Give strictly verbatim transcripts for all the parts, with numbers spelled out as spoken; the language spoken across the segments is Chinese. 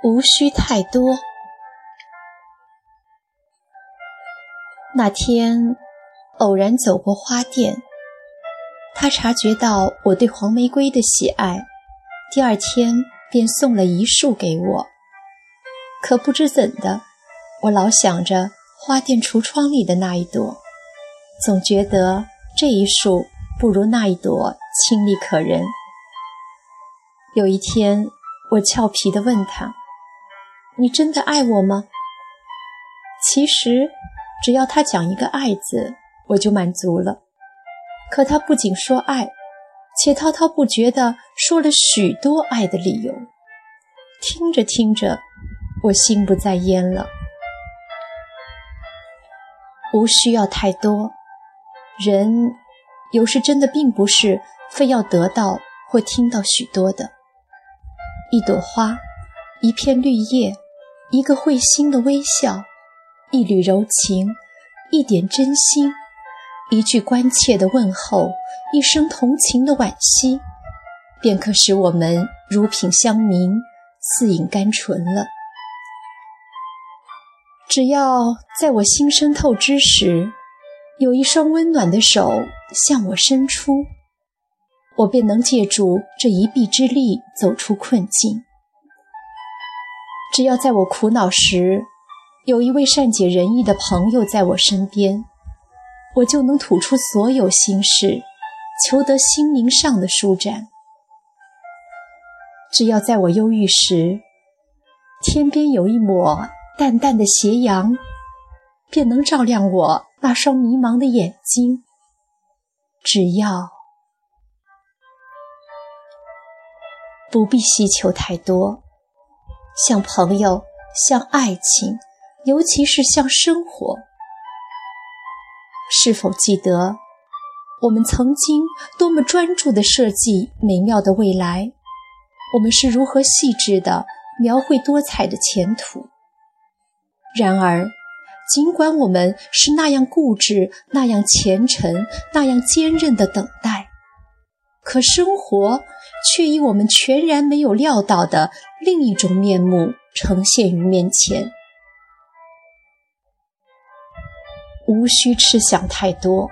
无需太多。那天偶然走过花店，他察觉到我对黄玫瑰的喜爱，第二天便送了一束给我。可不知怎的，我老想着花店橱窗里的那一朵，总觉得这一束不如那一朵清丽可人。有一天，我俏皮地问他：你真的爱我吗？其实只要他讲一个爱字，我就满足了。可他不仅说爱，且滔滔不绝地说了许多爱的理由。听着听着，我心不在焉了。无需要太多，人有时真的并不是非要得到或听到许多的。一朵花，一片绿叶，一个会心的微笑，一缕柔情，一点真心，一句关切的问候，一声同情的惋惜，便可使我们如品香茗，似饮甘醇了。只要在我心生透支时，有一双温暖的手向我伸出，我便能借助这一臂之力走出困境。只要在我苦恼时，有一位善解人意的朋友在我身边，我就能吐出所有心事，求得心灵上的舒展。只要在我忧郁时，天边有一抹淡淡的斜阳，便能照亮我那双迷茫的眼睛。只要不必希求太多，像朋友，像爱情，尤其是像生活。是否记得我们曾经多么专注地设计美妙的未来？我们是如何细致地描绘多彩的前途？然而，尽管我们是那样固执，那样虔诚，那样坚韧地等待，可生活却以我们全然没有料到的另一种面目呈现于面前。无需痴想太多，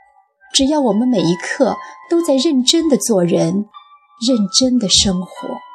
只要我们每一刻都在认真地做人，认真地生活。